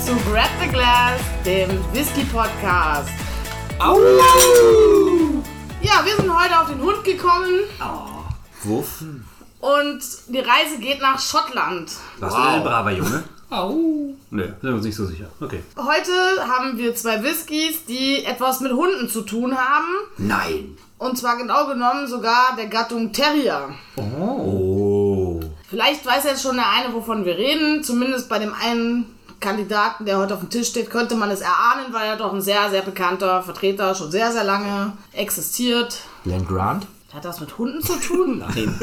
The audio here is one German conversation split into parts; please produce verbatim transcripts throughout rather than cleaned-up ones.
zu Grab the Glass, dem Whisky-Podcast. Au! Ja, wir sind heute auf den Hund gekommen. Oh, wuff. Und die Reise geht nach Schottland. Warst wow. du ein braver Junge? Au. Nee, sind wir uns nicht so sicher. Okay. Heute haben wir zwei Whiskys, die etwas mit Hunden zu tun haben. Nein. Und zwar genau genommen sogar der Gattung Terrier. Oh. Vielleicht weiß jetzt schon der eine, wovon wir reden. Zumindest bei dem einen Kandidaten, der heute auf dem Tisch steht, könnte man es erahnen, weil er doch ein sehr, sehr bekannter Vertreter schon sehr, sehr lange existiert. Glenn Grant? Hat das mit Hunden zu tun? Nein.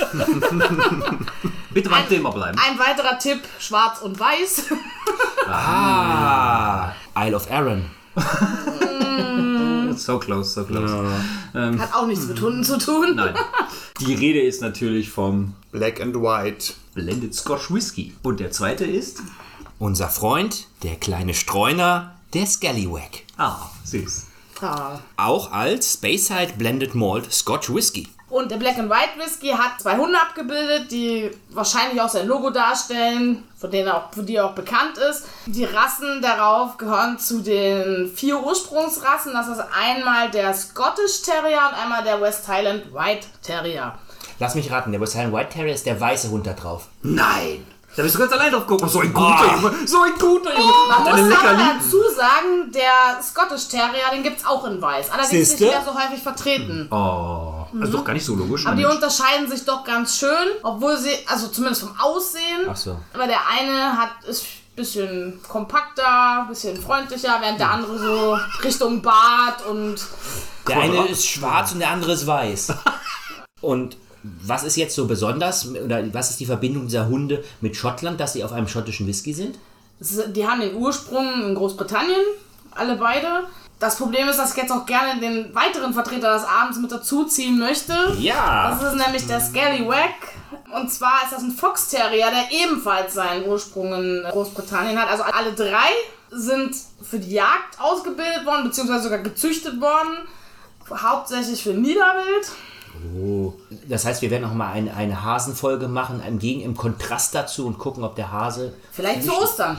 Bitte beim Thema bleiben. Ein weiterer Tipp, schwarz und weiß. Ah, Isle of Arran. So close, so close. Ja. Ähm, Hat auch nichts mit Hunden zu tun. Nein. Die Rede ist natürlich vom Black and White Blended Scotch Whisky. Und der zweite ist? Unser Freund, der kleine Streuner, der Scallywag. Ah, süß. Ah. Auch als Speyside Blended Malt Scotch Whisky. Und der Black and White Whisky hat zwei Hunde abgebildet, die wahrscheinlich auch sein Logo darstellen, von denen auch, für die er auch bekannt ist. Die Rassen darauf gehören zu den vier Ursprungsrassen. Das ist einmal der Scottish Terrier und einmal der West Highland White Terrier. Lass mich raten, der West Highland White Terrier ist der weiße Hund da drauf. Nein! Da bist du ganz allein drauf gucken. So ein guter Junge, so ein guter Junge. Man Deine muss aber Leckerli. dazu sagen, der Scottish Terrier, den gibt es auch in weiß. Allerdings Siehste? nicht mehr so häufig vertreten. Oh, also doch gar nicht so logisch. Aber die Mensch. unterscheiden sich doch ganz schön, obwohl sie, also zumindest vom Aussehen. Ach so. Aber der eine hat ist ein bisschen kompakter, ein bisschen freundlicher, während der andere so Richtung Bart und... Der eine ist schwarz und der andere ist weiß. Und was ist jetzt so besonders, oder was ist die Verbindung dieser Hunde mit Schottland, dass sie auf einem schottischen Whisky sind? Die haben den Ursprung in Großbritannien, alle beide. Das Problem ist, dass ich jetzt auch gerne den weiteren Vertreter des Abends mit dazuziehen möchte. Ja! Das ist nämlich der Scallywag. Und zwar ist das ein Fox Terrier, der ebenfalls seinen Ursprung in Großbritannien hat. Also alle drei sind für die Jagd ausgebildet worden, beziehungsweise sogar gezüchtet worden. Hauptsächlich für Niederwild. Oh, das heißt, wir werden noch mal eine, eine Hasenfolge machen, im, Gegen, im Kontrast dazu und gucken, ob der Hase... Vielleicht zu Ostern.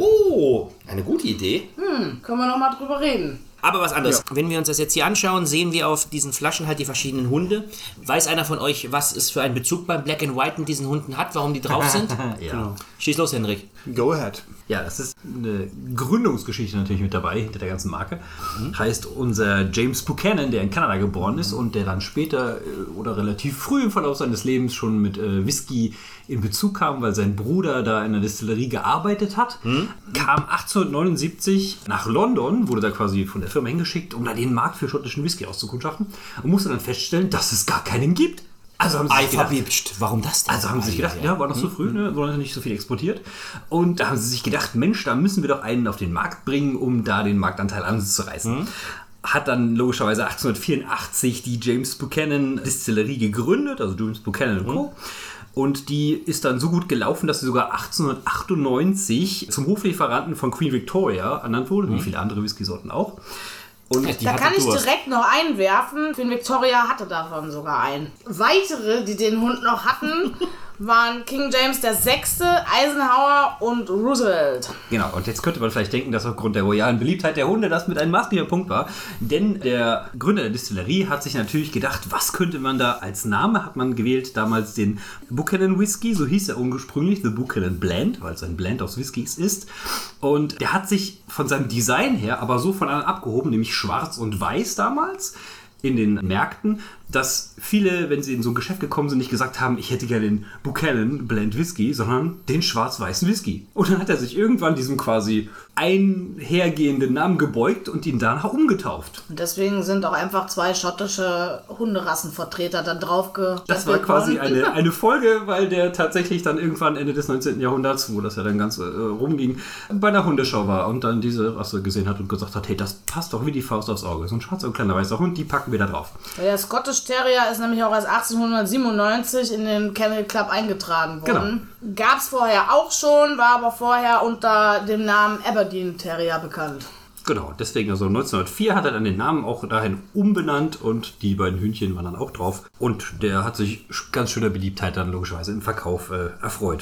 Oh, eine gute Idee. Hm, können wir noch mal drüber reden. Aber was anderes. Ja. Wenn wir uns das jetzt hier anschauen, sehen wir auf diesen Flaschen halt die verschiedenen Hunde. Weiß einer von euch, was es für einen Bezug beim Black and White mit diesen Hunden hat, warum die drauf sind? Ja. Genau. Schieß los, Henrik. Go ahead. Ja, das ist eine Gründungsgeschichte natürlich mit dabei, hinter der ganzen Marke. Mhm. Heißt, unser James Buchanan, der in Kanada geboren ist und der dann später äh, oder relativ früh im Verlauf seines Lebens schon mit äh, Whisky in Bezug kam, weil sein Bruder da in der Distillerie gearbeitet hat, mhm. kam achtzehnhundertneunundsiebzig nach London, wurde da quasi von der Firma hingeschickt, um da den Markt für schottischen Whisky auszukundschaften und musste dann feststellen, dass es gar keinen gibt. Also haben sie sich gedacht, warum das denn? Also haben sie sich gedacht, ja, war noch so früh, ne, wurde nicht so viel exportiert. Und da haben sie sich gedacht, Mensch, da müssen wir doch einen auf den Markt bringen, um da den Marktanteil anzureißen. Mhm. Hat dann logischerweise achtzehnhundertvierundachtzig die James Buchanan Distillerie gegründet, also James Buchanan und Co. Mhm. Und die ist dann so gut gelaufen, dass sie sogar achtzehnhundertachtundneunzig zum Hoflieferanten von Queen Victoria ernannt wurde, mhm. wie viele andere Whiskysorten auch. Und da kann ich direkt noch einwerfen, Queen Victoria hatte davon sogar einen. Weitere, die den Hund noch hatten, waren King James der Sechste, Eisenhower und Roosevelt. Genau, und jetzt könnte man vielleicht denken, dass aufgrund der royalen Beliebtheit der Hunde das mit einem maßgeblicher Punkt war. Denn der Gründer der Distillerie hat sich natürlich gedacht, was könnte man da als Name, hat man gewählt damals den Buchanan Whisky, so hieß er ursprünglich, The Buchanan Blend, weil es ein Blend aus Whiskys ist. Und der hat sich von seinem Design her aber so von anderen abgehoben, nämlich schwarz und weiß damals in den Märkten, dass viele, wenn sie in so ein Geschäft gekommen sind, nicht gesagt haben, ich hätte gerne den Buchanan Blend Whisky, sondern den schwarz-weißen Whisky. Und dann hat er sich irgendwann diesem quasi einhergehenden Namen gebeugt und ihn danach umgetauft. Und deswegen sind auch einfach zwei schottische Hunderassenvertreter dann drauf ge. Das war quasi eine, eine Folge, weil der tatsächlich dann irgendwann Ende des neunzehnten Jahrhunderts, wo das ja dann ganz äh, rumging, bei einer Hundeschau war und dann diese Rasse gesehen hat und gesagt hat, hey, das passt doch wie die Faust aufs Auge. So ein schwarzer und kleiner weißer Hund, die packen wir da drauf. Ja, der Scottish Terrier ist nämlich auch erst achtzehnhundertsiebenundneunzig in den Kennel Club eingetragen worden. Genau. Gab es vorher auch schon, war aber vorher unter dem Namen Aberdeen Terrier bekannt. Genau, deswegen also neunzehnhundertvier hat er dann den Namen auch dahin umbenannt und die beiden Hühnchen waren dann auch drauf. Und der hat sich ganz schöner Beliebtheit dann logischerweise im Verkauf äh, erfreut.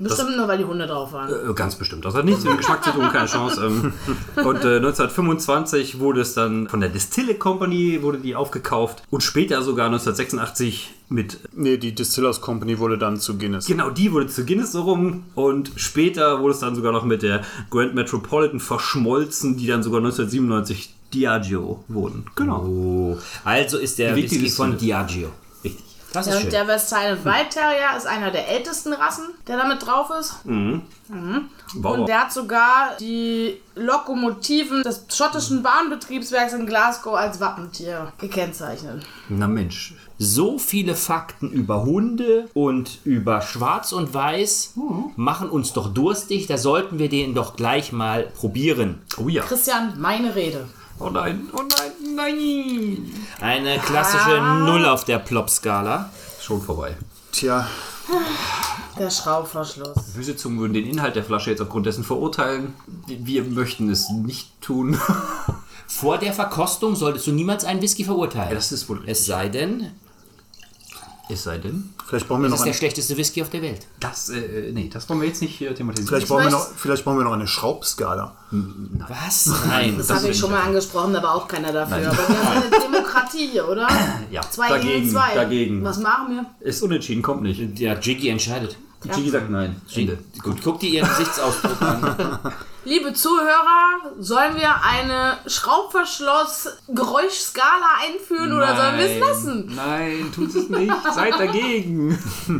Bestimmt nur, weil die Hunde drauf waren. Äh, ganz bestimmt. Das hat nichts mit dem Geschmack zu tun, keine Chance. Ähm, und äh, neunzehnhundertfünfundzwanzig wurde es dann von der Distilled Company wurde die aufgekauft und später sogar neunzehnhundertsechsundachtzig mit... Nee, die Distillers Company wurde dann zu Guinness. Genau, die wurde zu Guinness so rum und später wurde es dann sogar noch mit der Grand Metropolitan verschmolzen, die dann sogar neunzehnhundertsiebenundneunzig Diageo wurden. Genau. Oh, also ist der Wie wichtig Whisky ist von das? Diageo. Richtig. Das ist Ja, schön. und der West Highland White Terrier ist einer der ältesten Rassen, der damit drauf ist. Wow. Und der hat sogar die Lokomotiven des schottischen Bahnbetriebswerks in Glasgow als Wappentier gekennzeichnet. Na Mensch. So viele Fakten über Hunde und über Schwarz und Weiß machen uns doch durstig. Da sollten wir den doch gleich mal probieren. Oh ja. Christian, meine Rede. Oh nein, oh nein, nein. Eine klassische Null auf der Plop-Skala. Schon vorbei. Tja, Der Schraubverschluss. Böse Zungen würden den Inhalt der Flasche jetzt aufgrund dessen verurteilen. Wir möchten es nicht tun. Vor der Verkostung solltest du niemals einen Whisky verurteilen. Das ist wohl richtig. Es sei denn, Es sei denn, vielleicht brauchen wir es noch ist der eine, schlechteste Whisky auf der Welt. das, äh, nee, das wollen wir jetzt nicht äh, thematisieren. vielleicht brauchen wir weiß- noch, vielleicht brauchen wir noch eine Schraubskala. Was? Nein. Das, Das habe ich will schon ich mal nicht. angesprochen, da war auch keiner dafür. Aber wir haben eine Demokratie hier, oder? Ja, Zwei dagegen, gegen zwei. dagegen. Was machen wir? Ist unentschieden, kommt nicht. Der Jiggy entscheidet. Gigi sagt nein. Ende. Gut, guck dir ihren Gesichtsausdruck an. Liebe Zuhörer, sollen wir eine Schraubverschloss-Geräuschskala einführen oder sollen wir es lassen? Nein, tut es nicht. Seid dagegen.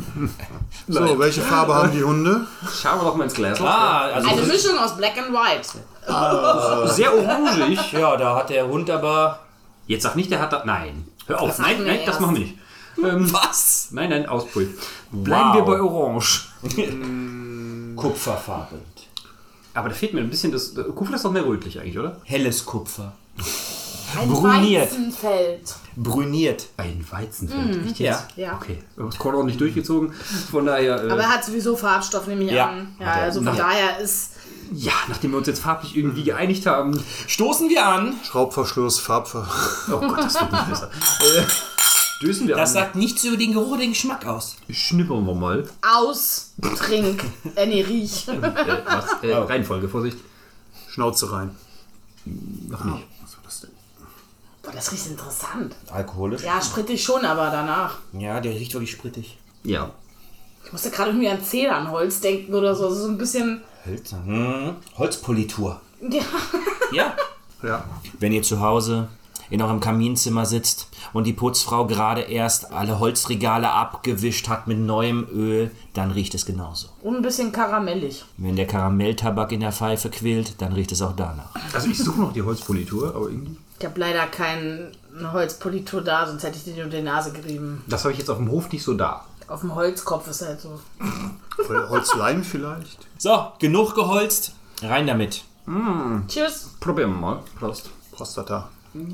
So, welche Farbe haben die Hunde? Schauen wir doch mal ins Glas. Ah, also Eine Mischung aus Black and White. Sehr orangig. ja, da hat der Hund aber... Jetzt sag nicht, der hat da... Nein. Hör auf. Das Nein, machen wir nein, das erst. machen wir nicht. Ähm, Was? nein, nein, Auspull. Bleiben wir bei Orange. Kupferfarben. Aber da fehlt mir ein bisschen das... Kupfer ist doch mehr rötlich eigentlich, oder? Helles Kupfer. Ein Brüniert. Weizenfeld. Brüniert. Ein Weizenfeld. Echt jetzt? Ja. Ja. Okay. Das Korn auch nicht durchgezogen. Von daher... Äh, Aber er hat sowieso Farbstoff, nehme ich Ja. an. Ja, also von Na- daher ist... ja, nachdem wir uns jetzt farblich irgendwie geeinigt haben... Stoßen wir an. Schraubverschluss, Farbver... Oh Gott, das wird nicht besser. Äh, stößen wir Das an. sagt nichts über den Geruch, den Geschmack aus. Schnippern wir mal. Aus, trink, äh, nee, riech. Äh, was? Äh, Reihenfolge, Vorsicht. Schnauze rein. Noch nicht. Was war das denn? Boah, das riecht interessant. Alkoholisch? Ja, sprittig schon, aber danach. Ja, der riecht wirklich sprittig. Ja. Ich musste gerade irgendwie an Zedernholz denken oder so. So ein bisschen... Hölzer. Hm. Holzpolitur. Ja. Ja. Ja. Wenn ihr zu Hause in eurem Kaminzimmer sitzt und die Putzfrau gerade erst alle Holzregale abgewischt hat mit neuem Öl, dann riecht es genauso. Und ein bisschen karamellig. Wenn der Karamelltabak in der Pfeife quillt, dann riecht es auch danach. Also ich suche noch die Holzpolitur, aber irgendwie... Ich habe leider keine Holzpolitur da, sonst hätte ich dir unter die Nase gerieben. Das habe ich jetzt auf dem Hof nicht so da. Auf dem Holzkopf ist halt so. Holzleim vielleicht? So, genug geholzt. Rein damit. Tschüss. Probieren wir mal. Prost. Prostata.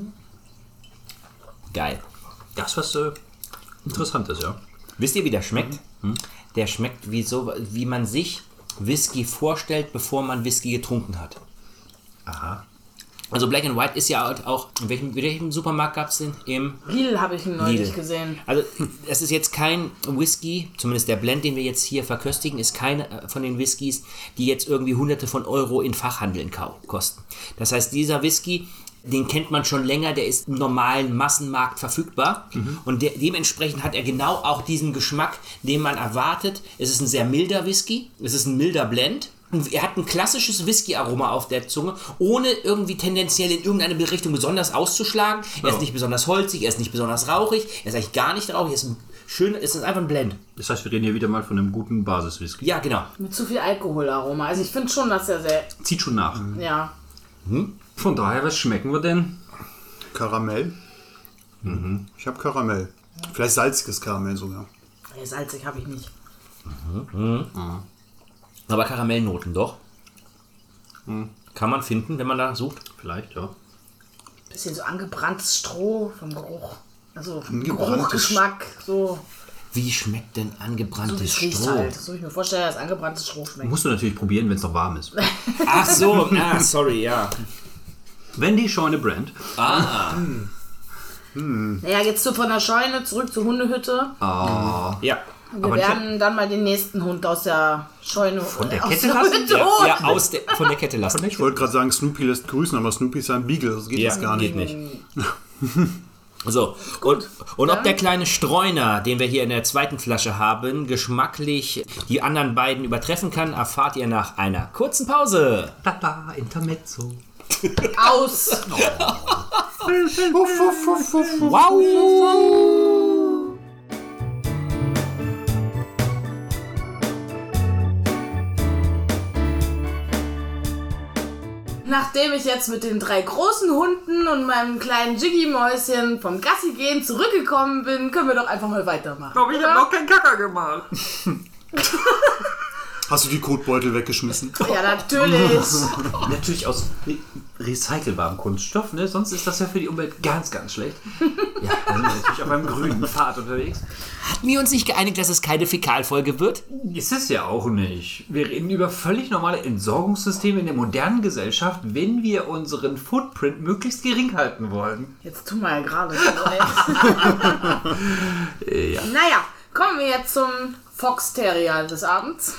Geil. Das, was äh, interessant ist, ja. Wisst ihr, wie der schmeckt? Der schmeckt wie, so, wie man sich Whisky vorstellt, bevor man Whisky getrunken hat. Aha. Also Black and White ist ja auch, in welchem, in welchem Supermarkt gab es den? Im Lidl habe ich ihn neulich Lidl. gesehen. Also es ist jetzt kein Whisky, zumindest der Blend, den wir jetzt hier verköstigen, ist keine äh, von den Whiskys, die jetzt irgendwie hunderte von Euro in Fachhandeln kau- kosten. Das heißt, dieser Whisky, den kennt man schon länger, der ist im normalen Massenmarkt verfügbar und der, dementsprechend hat er genau auch diesen Geschmack, den man erwartet. Es ist ein sehr milder Whisky, es ist ein milder Blend. Und er hat ein klassisches Whisky-Aroma auf der Zunge, ohne irgendwie tendenziell in irgendeine Richtung besonders auszuschlagen. Er ist nicht besonders holzig, er ist nicht besonders rauchig, er ist eigentlich gar nicht rauchig, er ist ein schön, es ist einfach ein Blend. Das heißt, wir reden hier wieder mal von einem guten Basis-Whisky. Ja, genau. Mit zu viel Alkoholaroma. Also ich finde schon, dass er sehr... Zieht schon nach. Ja. Von daher, was schmecken wir denn? Karamell. Ich habe Karamell. Vielleicht salziges Karamell sogar. Nee, salzig habe ich nicht. Aber Karamellnoten doch. Kann man finden, wenn man da sucht. Vielleicht, ja. Bisschen so angebranntes Stroh vom Geruch. Also Angebranntes Geruchsgeschmack. So, Wie schmeckt denn so wie angebranntes es riecht Stroh? halt. So wie ich mir vorstelle, dass angebranntes Stroh schmeckt. Musst du natürlich probieren, wenn es noch warm ist. Ach so, ah, sorry, ja. Wenn die Scheune brennt. Ah, Naja, jetzt so von der Scheune zurück zur Hundehütte. ja. Wir Aber nicht- werden dann mal den nächsten Hund aus der Scheune Von der aus Kette der lassen? Hütte Ja, holen. ja aus der, von der Kette lassen. Ich wollte gerade sagen, Snoopy lässt grüßen, aber Snoopy ist ein Beagle, das geht Ja, jetzt gar geht nicht. nicht. So, und, und ob der kleine Streuner, den wir hier in der zweiten Flasche haben, geschmacklich die anderen beiden übertreffen kann, erfahrt ihr nach einer kurzen Pause. Tata, Intermezzo. Aus. Wow! Nachdem ich jetzt mit den drei großen Hunden und meinem kleinen Jiggy-Mäuschen vom Gassi gehen zurückgekommen bin, können wir doch einfach mal weitermachen. Aber ich hab noch keinen Kacker gemacht. Hast du die Kotbeutel weggeschmissen? Ja, natürlich. Natürlich aus re recycelbarem Kunststoff, ne? Sonst ist das ja für die Umwelt ganz, ganz schlecht. Ja, da sind wir natürlich auf einem grünen Pfad unterwegs. Hatten wir uns nicht geeinigt, dass es keine Fäkalfolge wird? Ist es ja auch nicht. Wir reden über völlig normale Entsorgungssysteme in der modernen Gesellschaft, wenn wir unseren Footprint möglichst gering halten wollen. Jetzt tu mal gerade so. ey. Ja. Naja, kommen wir jetzt zum Fox Terrier des Abends.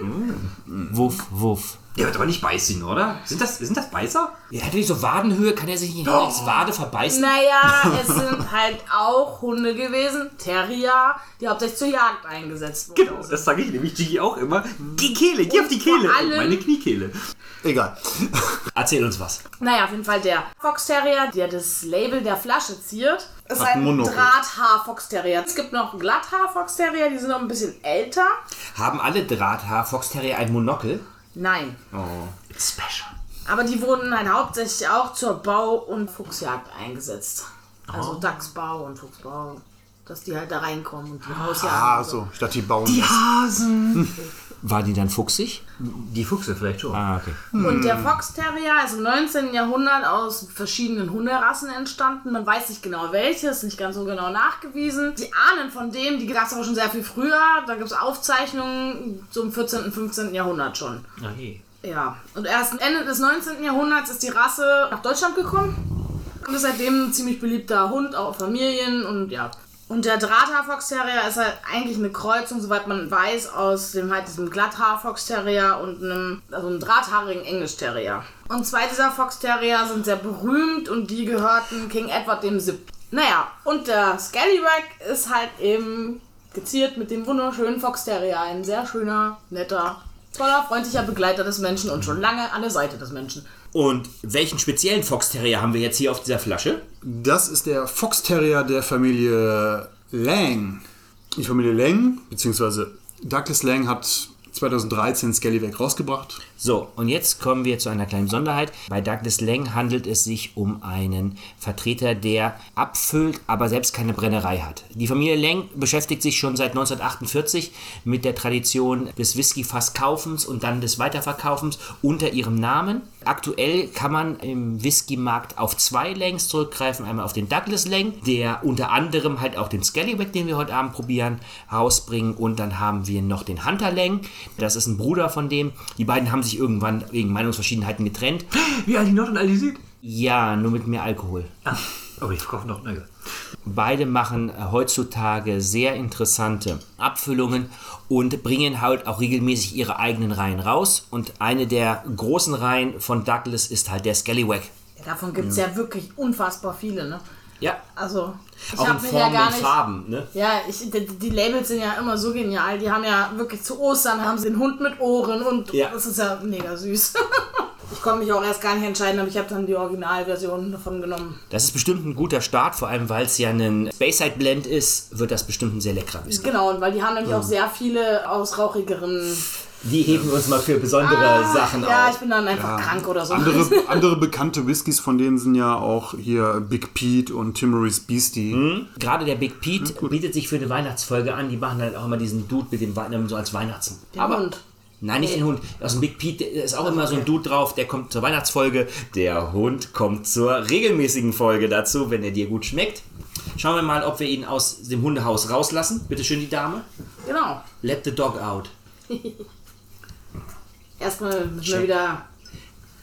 Wuff, wuff. Der wird aber nicht beißen, oder? Sind das, sind das Beißer? Ja, natürlich so Wadenhöhe, kann er sich nicht oh. als Wade verbeißen? Naja, es sind halt auch Hunde gewesen, Terrier, die hauptsächlich zur Jagd eingesetzt wurden. Genau, das sage ich nämlich Gigi auch immer. Die Kehle, geh auf die vor Kehle. allem- Meine Kniekehle. Egal. Erzähl uns was. Naja, auf jeden Fall der Fox Terrier, der das Label der Flasche ziert, ist Hat ein ein Monokel. Drahthaar-Fox Terrier. Es gibt noch Glatthaar-Fox Terrier, die sind noch ein bisschen älter. Haben alle Drahthaar-Fox-Terrier ein Monokel? Nein. Oh. Special. Aber die wurden halt hauptsächlich auch zur Bau- und Fuchsjagd eingesetzt. Also Dachsbau und Fuchsbau. Dass die halt da reinkommen und die Hausjagd. Ah, und so. so. Ich dachte, die bauen Die das. Hasen. War die dann fuchsig? Die Fuchse vielleicht schon. Ah, okay. Und der Fox Terrier ist im neunzehnten Jahrhundert aus verschiedenen Hunderassen entstanden. Man weiß nicht genau welches, nicht ganz so genau nachgewiesen. Die Ahnen von dem, die gab es aber schon sehr viel früher. Da gibt es Aufzeichnungen so im vierzehnten, fünfzehnten Jahrhundert schon. Okay. Ja, und erst am Ende des neunzehnten Jahrhunderts ist die Rasse nach Deutschland gekommen. Und ist seitdem ein ziemlich beliebter Hund, auch Familien und ja. Und der Drahthaar-Fox Terrier ist halt eigentlich eine Kreuzung, soweit man weiß, aus dem halt diesem Glatthaar-Fox Terrier und einem, also einem drahthaarigen English Terrier. Und zwei dieser Fox Terrier sind sehr berühmt und die gehörten King Edward dem Siebten. Naja, und der Scallywag ist halt eben geziert mit dem wunderschönen Fox Terrier. Ein sehr schöner, netter, toller, freundlicher Begleiter des Menschen und schon lange an der Seite des Menschen. Und welchen speziellen Fox-Terrier haben wir jetzt hier auf dieser Flasche? Das ist der Fox Terrier der Familie Lang. Die Familie Lang, beziehungsweise Douglas Lang hat zweitausenddreizehn Scallywag rausgebracht. So, und jetzt kommen wir zu einer kleinen Besonderheit. Bei Douglas Lang handelt es sich um einen Vertreter, der abfüllt, aber selbst keine Brennerei hat. Die Familie Lang beschäftigt sich schon seit neunzehnhundertachtundvierzig mit der Tradition des Whisky-Fass-Kaufens und dann des Weiterverkaufens unter ihrem Namen. Aktuell kann man im Whisky-Markt auf zwei Langs zurückgreifen. Einmal auf den Douglas Lang, der unter anderem halt auch den Scallywag, den wir heute Abend probieren, rausbringen. Und dann haben wir noch den Hunter Lang. Das ist ein Bruder von dem. Die beiden haben sich irgendwann wegen Meinungsverschiedenheiten getrennt. Wie Aldi Nord und Aldi Süd? Ja, nur mit mehr Alkohol. Ah, aber ich verkaufe noch. Na gut. Beide machen heutzutage sehr interessante Abfüllungen und bringen halt auch regelmäßig ihre eigenen Reihen raus. Und eine der großen Reihen von Douglas ist halt der Scallywag. Ja, davon gibt es ja. ja wirklich unfassbar viele, ne? Ja, Also, ich auch in habe mir ja Formen gar und nicht... Farben, ne? Ja, ich, die, die Labels sind ja immer so genial. Die haben ja wirklich zu Ostern haben sie den Hund mit Ohren und Ja. das ist ja mega süß. Ich konnte mich auch erst gar nicht entscheiden, aber ich habe dann die Originalversion davon genommen. Das ist bestimmt ein guter Start, vor allem weil es ja ein Speyside Blend ist, wird das bestimmt ein sehr leckerer Whisky. Genau, und weil die haben nämlich auch sehr viele aus rauchigeren... Die heben wir uns mal für besondere Ah, Sachen ja, auf. ich bin dann einfach krank oder so. Andere, andere bekannte Whiskys von denen sind ja auch hier Big Pete und Timorous Beastie. Mhm. Gerade der Big Pete bietet sich für eine Weihnachtsfolge an. Die machen halt auch immer diesen Dude mit dem Weihnachten so als Weihnachts... Den Aber Hund. Nein, nicht den Hund. Aus dem Big Pete ist auch immer so ein Dude drauf, der kommt zur Weihnachtsfolge. Der Hund kommt zur regelmäßigen Folge dazu, wenn er dir gut schmeckt. Schauen wir mal, ob wir ihn aus dem Hundehaus rauslassen. Bitte schön, die Dame. Genau. Let the dog out. Erstmal müssen wir Check. wieder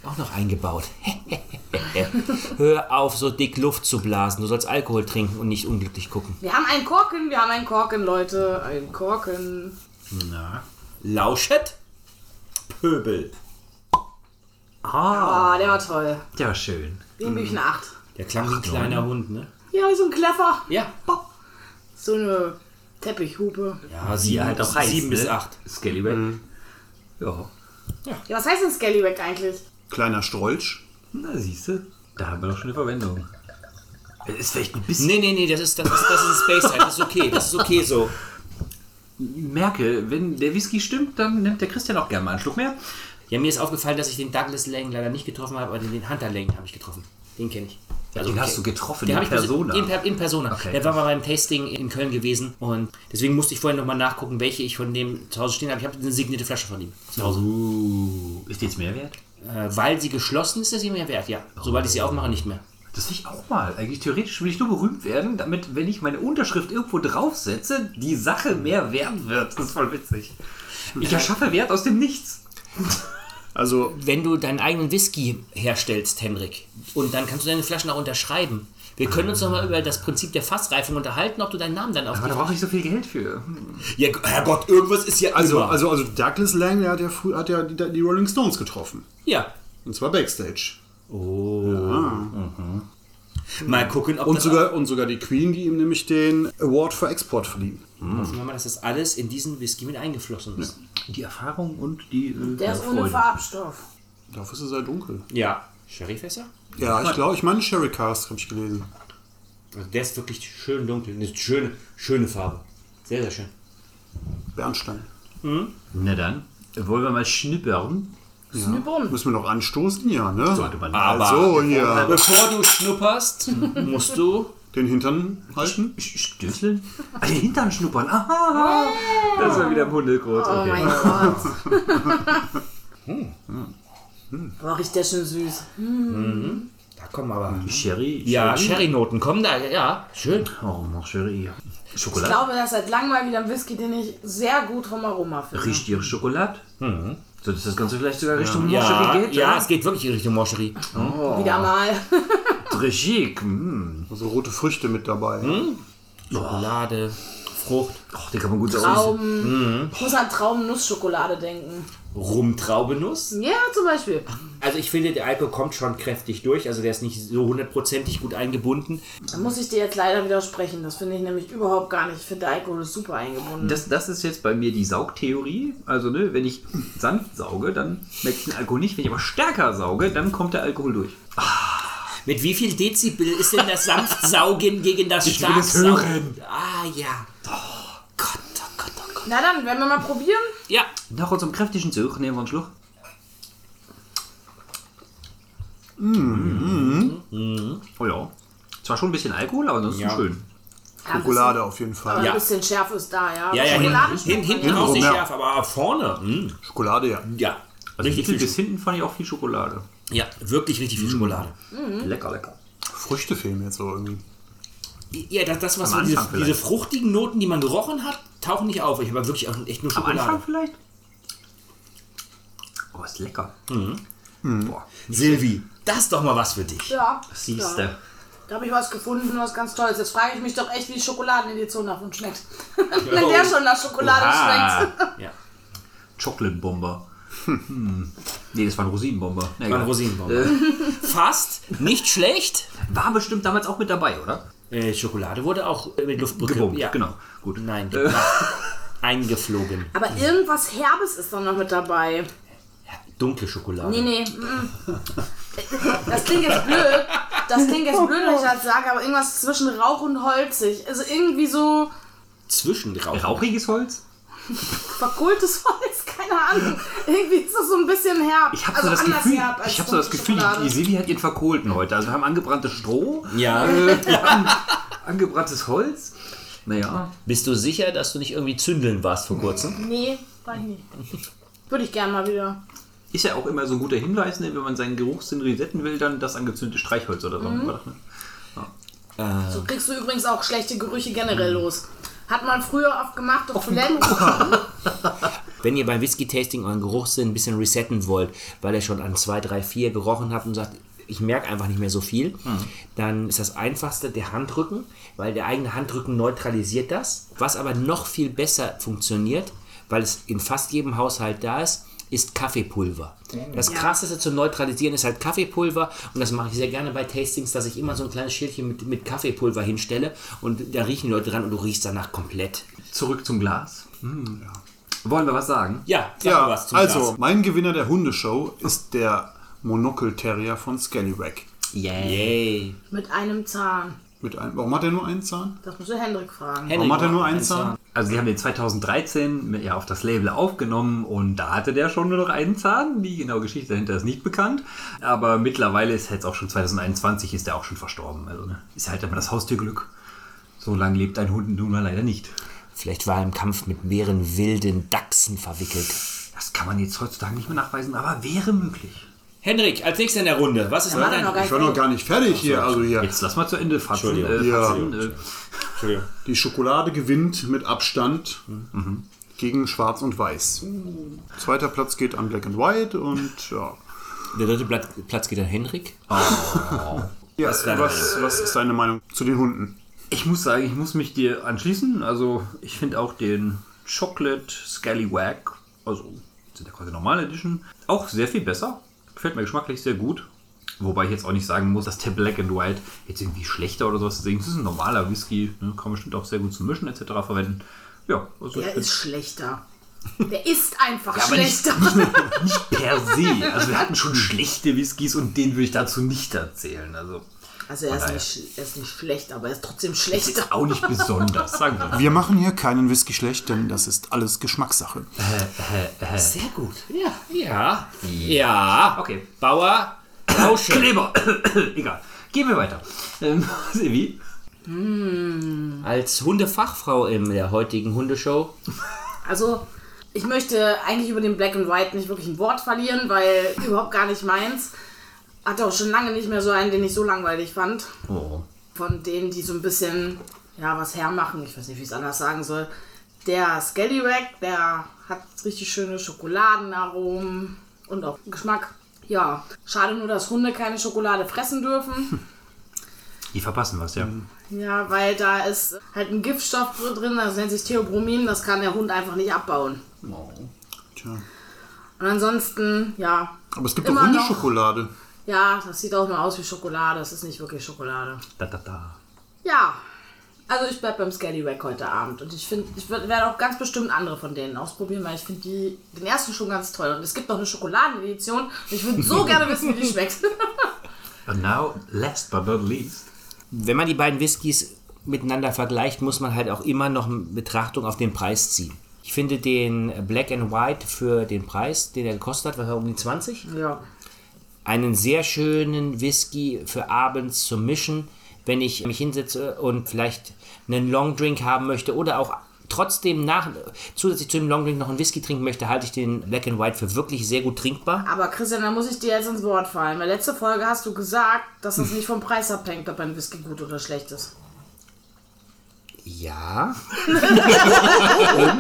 Auch noch eingebaut. Hör auf, so dick Luft zu blasen. Du sollst Alkohol trinken und nicht unglücklich gucken. Wir haben einen Korken, wir haben einen Korken, Leute. Einen Korken. Na. Lauschet? Pöbel. Ah, Ah, der war toll. der war schön. Den gebe ich eine acht. Der klang wie ein kleiner Hund, ne? Ja, so ein Kleffer. Ja. So eine Teppichhupe. Ja, Die sieben, halt auch heißt, sieben bis ne? acht. Scallywag. Ja. Ja, was heißt denn Scallywag eigentlich? Kleiner Strolch. Na, siehst du, da haben wir doch schon eine Verwendung. Ist vielleicht ein bisschen... Nee, nee, nee, das ist, das ist, das ist ein Space Time. Das ist okay, das ist okay so. Ich merke, wenn der Whisky stimmt, dann nimmt der Christian auch gerne mal einen Schluck mehr. Ja, mir ist aufgefallen, dass ich den Douglas Lang leider nicht getroffen habe, aber den, den Hunter Lang habe ich getroffen. Den kenne ich. Also, Den okay. hast du getroffen, Den in habe ich Persona. In, per, in Persona. Okay. Der war mal beim Tasting in Köln gewesen und deswegen musste ich vorhin nochmal nachgucken, welche ich von dem zu Hause stehen habe. Ich habe eine signierte Flasche von ihm zu Hause. Uh, ist die jetzt mehr wert? Äh, weil sie geschlossen ist, ist sie mehr wert, ja. Sobald ich sie aufmache, nicht mehr. Das will ich auch mal. Eigentlich theoretisch will ich nur berühmt werden, damit, wenn ich meine Unterschrift irgendwo draufsetze, die Sache mehr wert wird. Das ist voll witzig. Ich erschaffe Wert aus dem Nichts. Also, Wenn du deinen eigenen Whisky herstellst, Henrik, und dann kannst du deine Flaschen auch unterschreiben. Wir können uns noch mal über das Prinzip der Fassreifung unterhalten, ob du deinen Namen dann auf Aber die da brauche ich so viel Geld für. Ja, Herrgott, irgendwas ist ja also, immer. also, also Douglas Lang, der hat ja, früh, hat ja die, die Rolling Stones getroffen. Ja. Und zwar Backstage. Mal gucken, ob Und das sogar, und sogar die Queen, die ihm nämlich den Award for Export verliehen. Hoffen wir mal, dass das alles in diesen Whisky mit eingeflossen ist. Die Erfahrung und die äh, Der ist ohne Freude. Farbstoff. Dafür ist er sehr dunkel. Ja. Sherryfässer? Ja, ich glaube, ich meine Sherry Cast habe ich gelesen. Also der ist wirklich schön dunkel. Eine schöne, schöne Farbe. Sehr, sehr schön. Bernstein. Na dann, wollen wir mal schnippern? Schnippern. Müssen wir noch anstoßen? Ja, ne? Sollte man Aber- So, hier. Bevor du schnupperst, musst du... Den Hintern halten. Stößeln? Ah, den Hintern schnuppern. Aha! Das war wieder im Hundegrot. Oh Okay. mein Gott. Boah, riecht der schön süß. Da kommen aber... Sherry? Ja, Sherry-Noten kommen da. Ja, schön. Oh, noch Sherry. Ich Schokolade? glaube, das ist seit langem mal wieder ein Whisky, den ich sehr gut vom Aroma finde. Riecht ihr Schokolade? Mhm. So, dass das Ganze vielleicht sogar Richtung Ja, Moscherie geht? ja, es geht wirklich in Richtung Moscherie. Wieder mal. Très chic. Mm. Also rote Früchte mit dabei. Schokolade, Frucht, Och, den kann man gut so aussehen. Trauben. Ich muss an Trauben-Nuss-Schokolade denken. Rum-Traubenuss. Ja, zum Beispiel. Also ich finde, der Alkohol kommt schon kräftig durch. Also der ist nicht so hundertprozentig gut eingebunden. Da muss ich dir jetzt leider widersprechen. Das finde ich nämlich überhaupt gar nicht. Ich finde, der Alkohol ist super eingebunden. Das, das ist jetzt bei mir die Saugtheorie. Also, ne, wenn ich sanft sauge, dann merke ich den Alkohol nicht. Wenn ich aber stärker sauge, dann kommt der Alkohol durch. Mit wie viel Dezibel ist denn das Sanftsaugen gegen das Ich will es Starksaugen? hören. Ah ja. Oh Gott, oh Gott, oh Gott. Na dann, werden wir mal probieren. Ja, Nach unserem kräftigen Zug nehmen wir einen Schluck. Mm. Oh ja. Zwar schon ein bisschen Alkohol, aber das ist Ja. schön. Ja, Schokolade auf jeden Aber Fall. Ja. ein bisschen Schärfe ist da, ja. ja, ja. Schokolade Hinten, schmeckt hinten, man hinten ja. raus nicht Ja. scharf, aber vorne. Mh. Schokolade, ja. Ja. Also Richtig hinten viel, bis hinten fand ich auch viel Schokolade. ja, wirklich richtig viel Schokolade. Lecker, lecker. Früchte fehlen mir jetzt so irgendwie. Ja, das, das was Am so diese, Anfang diese vielleicht. fruchtigen Noten, die man gerochen hat, tauchen nicht auf. Ich habe wirklich auch echt nur Am Schokolade. Anfang vielleicht? Oh, ist lecker. Boah, Silvi, das ist doch mal was für dich. Ja, siehst ja. du. Da habe ich was gefunden, was ganz Tolles. Jetzt frage ich mich doch echt, wie Schokoladenedition davon schmeckt. Wenn der schon nach Schokolade schmeckt. Ja, Chocolate Bomber. Hm. Nee, das war ein Rosinenbomber. Na, war egal. ein Rosinenbomber. Fast, nicht schlecht. War bestimmt damals auch mit dabei, oder? Äh, Schokolade wurde auch mit Luftbrücke. Gebombt, Ja. genau. Gut. Nein, eingeflogen. Aber irgendwas Herbes ist doch noch mit dabei. Dunkle Schokolade. Nee, nee. mm. Das klingt jetzt blöd. Das klingt jetzt blöd, wenn ich das sage, aber irgendwas zwischen Rauch und holzig. Also irgendwie so Zwischen Rauch. Rauchiges Holz? verkohltes Holz, keine Ahnung. Irgendwie ist das so ein bisschen herb. Ich habe also so das anders Gefühl, herb als ich habe so das dunkle Gefühl, die, Schokolade. die Silvi hat ihren Verkohlten heute. Also wir haben angebranntes Stroh, Ja. äh, wir haben angebranntes Holz. Naja, Bist du sicher, dass du nicht irgendwie zündeln warst vor kurzem? Nee, war ich nicht. Würde ich gerne mal wieder. ist ja auch immer so ein guter Hinweis, ne, wenn man seinen Geruchssinn resetten will, dann das angezündete Streichholz oder so. Mhm. War das, ne? So kriegst du übrigens auch schlechte Gerüche generell los. Hat man früher oft gemacht auf Toiletten. Wenn ihr beim Whisky-Tasting euren Geruchssinn ein bisschen resetten wollt, weil ihr schon an zwei, drei, vier gerochen habt und sagt, ich merke einfach nicht mehr so viel, mhm. dann ist das Einfachste der Handrücken, weil der eigene Handrücken neutralisiert das. Was aber noch viel besser funktioniert, weil es in fast jedem Haushalt da ist, ist Kaffeepulver. Das ja. Krasseste zum Neutralisieren ist halt Kaffeepulver und das mache ich sehr gerne bei Tastings, dass ich immer so ein kleines Schildchen mit, mit Kaffeepulver hinstelle und da riechen die Leute dran und du riechst danach komplett. Zurück zum Glas. Hm, ja. Wollen wir was sagen? Ja, sag ja mal was zum also Glas. Mein Gewinner der Hundeshow ist der Monocle Terrier von Scallywag. Yay. Mit einem Zahn. Mit einem, warum hat er nur einen Zahn? Das musst du Hendrik fragen. Hendrik warum hat er nur einen einen Zahn? Zahn? Also sie haben den zweitausenddreizehn mit, ja, auf das Label aufgenommen und da hatte der schon nur noch einen Zahn. Die genaue Geschichte dahinter ist nicht bekannt. Aber mittlerweile ist jetzt auch schon zweitausendeinundzwanzig ist der auch schon verstorben. Also ne, ist halt immer das Haustürglück. So lange lebt ein Hund nun mal leider nicht. Vielleicht war er im Kampf mit mehreren wilden Dachsen verwickelt. Das kann man jetzt heutzutage nicht mehr nachweisen, aber wäre möglich. Henrik, als nächster in der Runde, was ist Ja, dein... noch Ich war noch gar nicht fertig hier. Also hier. Jetzt lass mal zu Ende fassen. Entschuldigung. Äh, Ja. fassen äh, Die Schokolade gewinnt mit Abstand mhm. gegen Schwarz und Weiß. Zweiter Platz geht an Black and White und ja. Der dritte Platz, Platz geht an Henrik. oh. Ja, Was was, war was, was ist deine Meinung zu den Hunden? Ich muss sagen, ich muss mich dir anschließen. Also ich finde auch den Chocolate Scallywag, also das ist ja quasi normale Edition, auch sehr viel besser. Gefällt mir geschmacklich sehr gut. Wobei ich jetzt auch nicht sagen muss, dass der Black and White jetzt irgendwie schlechter oder sowas ist. Das ist ein normaler Whisky, ne? Kann man bestimmt auch sehr gut zum Mischen et cetera verwenden. Ja, also Der ich ist schlechter. Der ist einfach Ja, aber nicht- schlechter. nicht per se. Also wir hatten schon schlechte Whiskys und den würde ich dazu nicht erzählen. Also Also er ist, Von nicht, er ist nicht schlecht, aber er ist trotzdem ist schlechter. jetzt auch nicht besonders, sagen wir mal. Wir machen hier keinen Whisky schlecht, denn das ist alles Geschmackssache. Sehr gut. Ja. Ja. Ja. Okay. Bauer, Lausche. Kleber. Egal. Gehen wir weiter. Ähm, Silvi? Als Hundefachfrau in der heutigen Hundeshow. Also ich möchte eigentlich über den Black and White nicht wirklich ein Wort verlieren, weil überhaupt gar nicht meins. Hatte auch schon lange nicht mehr so einen, den ich so langweilig fand. Oh. Von denen, die so ein bisschen, ja, was hermachen. Ich weiß nicht, wie ich es anders sagen soll. Der Scallywag, der hat richtig schöne Schokoladenaromen und auch Geschmack. Ja, schade nur, dass Hunde keine Schokolade fressen dürfen. Die verpassen was, ja. Ja, weil da ist halt ein Giftstoff drin, das nennt sich Theobromin, das kann der Hund einfach nicht abbauen. Tja. Und ansonsten, ja. Aber es gibt doch immer noch- Hundeschokolade. Ja, das sieht auch nur aus wie Schokolade, das ist nicht wirklich Schokolade. Da, da, da. Ja, also ich bleib beim Scallywag heute Abend und ich finde, ich würd- werde auch ganz bestimmt andere von denen ausprobieren, weil ich finde die den ersten schon ganz toll. Und es gibt noch eine Schokoladenedition und ich würde so gerne wissen, wie die schmeckt. And now, last but not least. Wenn man die beiden Whiskys miteinander vergleicht, muss man halt auch immer noch eine Betrachtung auf den Preis ziehen. Ich finde den Black and White für den Preis, den er gekostet hat, war er um die zwanzig. Ja. Einen sehr schönen Whisky für abends zum Mischen, wenn ich mich hinsetze und vielleicht einen Longdrink haben möchte oder auch trotzdem nach, zusätzlich zu dem Longdrink noch einen Whisky trinken möchte, halte ich den Black and White für wirklich sehr gut trinkbar. Aber Christian, da muss ich dir jetzt ins Wort fallen, weil letzte Folge hast du gesagt, dass es nicht vom Preis abhängt, ob ein Whisky gut oder schlecht ist. Ja. Und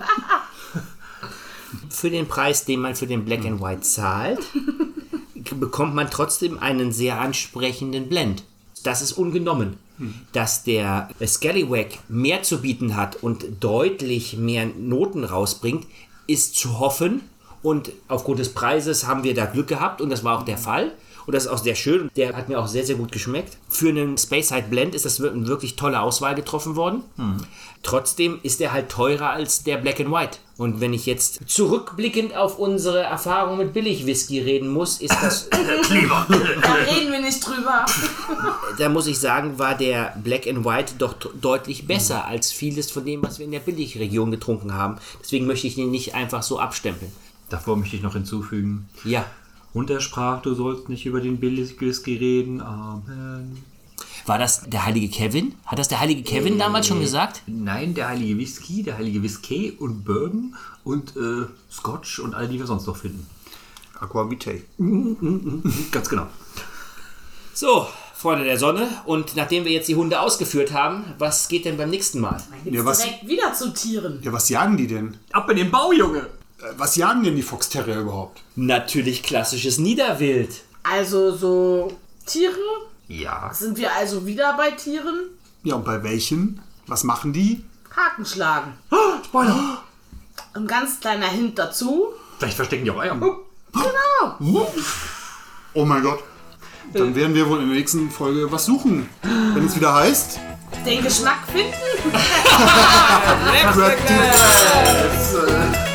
für den Preis, den man für den Black and White zahlt, bekommt man trotzdem einen sehr ansprechenden Blend. Das ist ungenommen. Dass der Scallywag mehr zu bieten hat und deutlich mehr Noten rausbringt, ist zu hoffen. Und aufgrund des Preises haben wir da Glück gehabt und das war auch der Fall. Und das ist auch sehr schön. Der hat mir auch sehr, sehr gut geschmeckt. Für einen Speyside Blend ist das eine wirklich tolle Auswahl getroffen worden. Mhm. Trotzdem ist er halt teurer als der Black and White. Und wenn ich jetzt zurückblickend auf unsere Erfahrung mit Billig-Whisky reden muss, ist das... Kleber. Da reden wir nicht drüber. Da muss ich sagen, war der Black and White doch t- deutlich besser als vieles von dem, was wir in der Billigregion getrunken haben. Deswegen möchte ich den nicht einfach so abstempeln. Davor möchte ich noch hinzufügen. Ja. Und er sprach, du sollst nicht über den Billig-Whisky reden. Amen. War das der heilige Kevin? Hat das der heilige Kevin damals schon gesagt? Nein, der heilige Whisky, der heilige Whisky und Bourbon und äh, Scotch und all die wir sonst noch finden. Aqua Vitae. Ganz genau. So, Freunde der Sonne. Und nachdem wir jetzt die Hunde ausgeführt haben, was geht denn beim nächsten Mal? Jetzt Ja, was- direkt wieder zu Tieren. Ja, was jagen die denn? Ab in den Bau, Junge! Was jagen denn die Fox Terrier überhaupt? Natürlich klassisches Niederwild. Also so Tiere? Ja. Sind wir also wieder bei Tieren? Ja, und bei welchen? Was machen die? Haken schlagen. Spoiler! Ein ganz kleiner Hint dazu. Vielleicht verstecken die auch Eier. Genau. Oh mein Gott. Dann werden wir wohl in der nächsten Folge was suchen. Wenn es wieder heißt... Den Geschmack finden. Practice.